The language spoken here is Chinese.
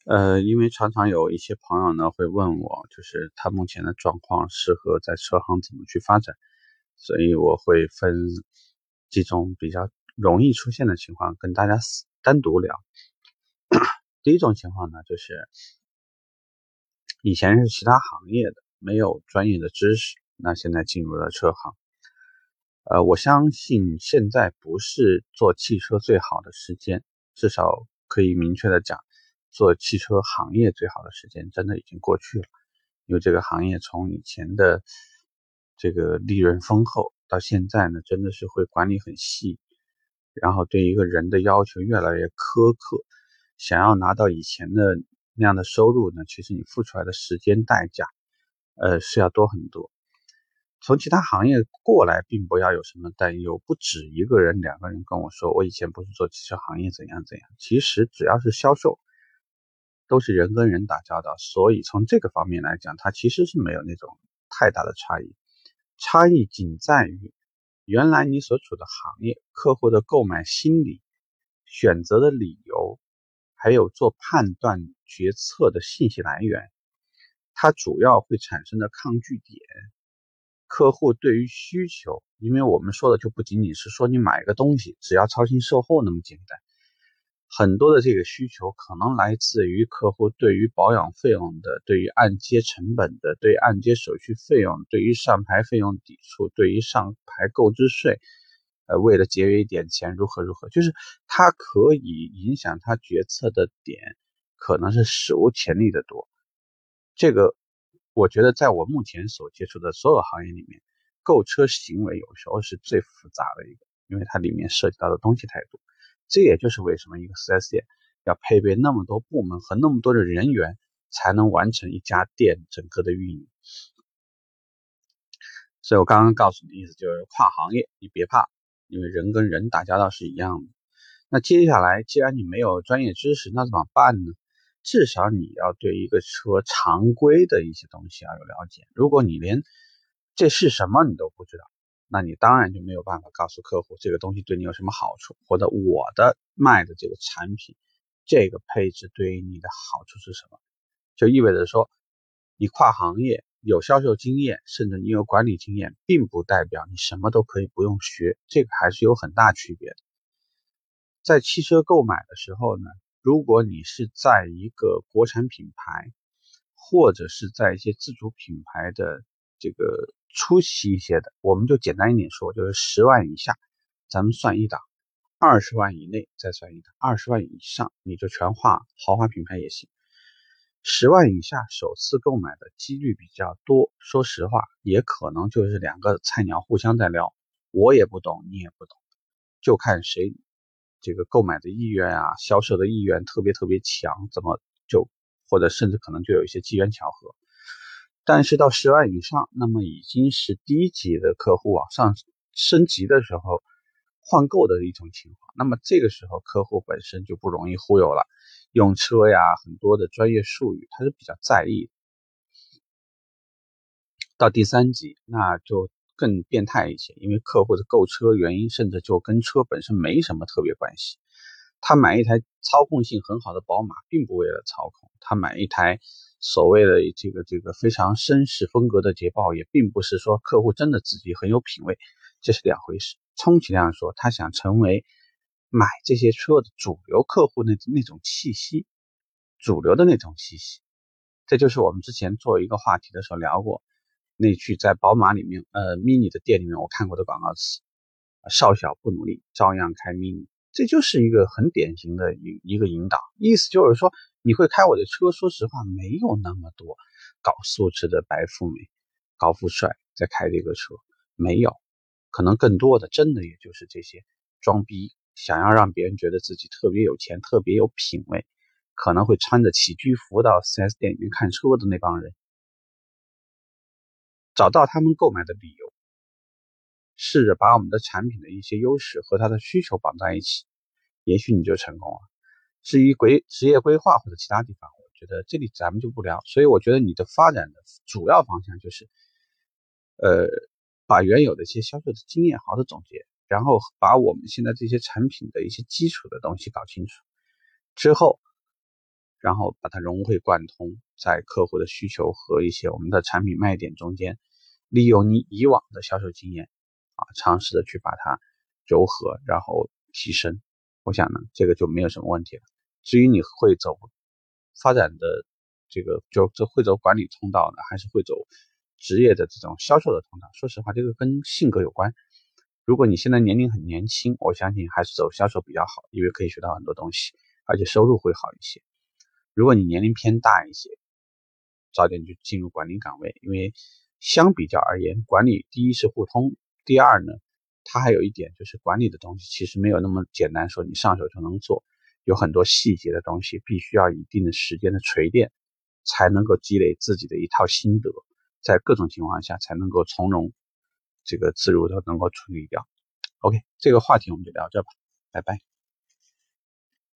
因为常常有一些朋友呢会问我，就是他目前的状况适合在车行怎么去发展，所以我会分几种比较容易出现的情况跟大家单独聊。第一种情况呢，就是以前是其他行业的，没有专业的知识，那现在进入了车行。我相信现在不是做汽车最好的时间，至少可以明确的讲，做汽车行业最好的时间真的已经过去了。因为这个行业从以前的这个利润丰厚，到现在呢，真的是会管理很细，然后对一个人的要求越来越苛刻。想要拿到以前的那样的收入呢，其实你付出来的时间代价，是要多很多。从其他行业过来，并不要有什么担忧。不止一个人、两个人跟我说，我以前不是做汽车行业怎样怎样。其实只要是销售，都是人跟人打交道，所以从这个方面来讲，它其实是没有那种太大的差异。差异仅在于，原来你所处的行业，客户的购买心理、选择的理由，还有做判断决策的信息来源，它主要会产生的抗拒点。客户对于需求，因为我们说的就不仅仅是说你买一个东西，只要操心售后那么简单。很多的这个需求可能来自于客户对于保养费用的，对于按揭成本的，对于按揭手续费用，对于上牌费用抵触，对于上牌购置税，为了节约一点钱如何如何，就是它可以影响他决策的点，可能是史无前例的多。这个我觉得在我目前所接触的所有行业里面，购车行为有时候是最复杂的一个，因为它里面涉及到的东西太多。这也就是为什么一个 4S 店要配备那么多部门和那么多的人员，才能完成一家店整个的运营。所以我刚刚告诉你的意思就是跨行业你别怕，因为人跟人打交道是一样的。那接下来既然你没有专业知识，那怎么办呢？至少你要对一个车常规的一些东西要有了解。如果你连这是什么你都不知道，那你当然就没有办法告诉客户这个东西对你有什么好处，或者我的卖的这个产品，这个配置对于你的好处是什么。就意味着说，你跨行业有销售经验，甚至你有管理经验，并不代表你什么都可以不用学，这个还是有很大区别的。在汽车购买的时候呢，如果你是在一个国产品牌，或者是在一些自主品牌的这个初期一些的，我们就简单一点说，就是10万以下，咱们算一档；20万以内再算一档；20万以上你就全画豪华品牌也行。10万以下首次购买的几率比较多，说实话，也可能就是两个菜鸟互相在聊，我也不懂，你也不懂，就看谁这个购买的意愿啊，销售的意愿特别特别强，怎么就或者甚至可能就有一些机缘巧合。但是到10万以上，那么已经是低级的客户往上升级的时候换购的一种情况。那么这个时候客户本身就不容易忽悠了，用车呀很多的专业术语他是比较在意的。到第三级那就更变态一些，因为客户的购车原因甚至就跟车本身没什么特别关系。他买一台操控性很好的宝马，并不为了操控；他买一台所谓的这个非常绅士风格的捷豹，也并不是说客户真的自己很有品位，这是两回事。充其量说，他想成为买这些车的主流客户那种气息，主流的那种气息。这就是我们之前做一个话题的时候聊过，那句在宝马里面mini 的店里面我看过的广告词，少小不努力照样开 mini。这就是一个很典型的一个引导，意思就是说，你会开我的车，说实话没有那么多高素质的白富美、高富帅在开这个车，没有，可能更多的真的也就是这些装逼，想要让别人觉得自己特别有钱、特别有品位，可能会穿着起居服到 4S 店里面看车的那帮人，找到他们购买的理由，试着把我们的产品的一些优势和他的需求绑在一起，也许你就成功了。至于职业规划或者其他地方，我觉得这里咱们就不聊。所以我觉得你的发展的主要方向就是，把原有的一些销售的经验好的总结，然后把我们现在这些产品的一些基础的东西搞清楚之后， 然后把它融会贯通在客户的需求和一些我们的产品卖点中间，利用你以往的销售经验尝试的去把它糅合，然后提升。我想呢，这个就没有什么问题了。至于你会走发展的这会走管理通道呢，还是会走职业的这种销售的通道？说实话，这个跟性格有关。如果你现在年龄很年轻，我相信还是走销售比较好，因为可以学到很多东西，而且收入会好一些。如果你年龄偏大一些，早点就进入管理岗位，因为相比较而言，管理第一是互通，第二呢，它还有一点就是管理的东西其实没有那么简单，说你上手就能做，有很多细节的东西必须要一定的时间的锤炼，才能够积累自己的一套心得，在各种情况下才能够从容自如的能够处理掉。OK， 这个话题我们就聊这吧，拜拜。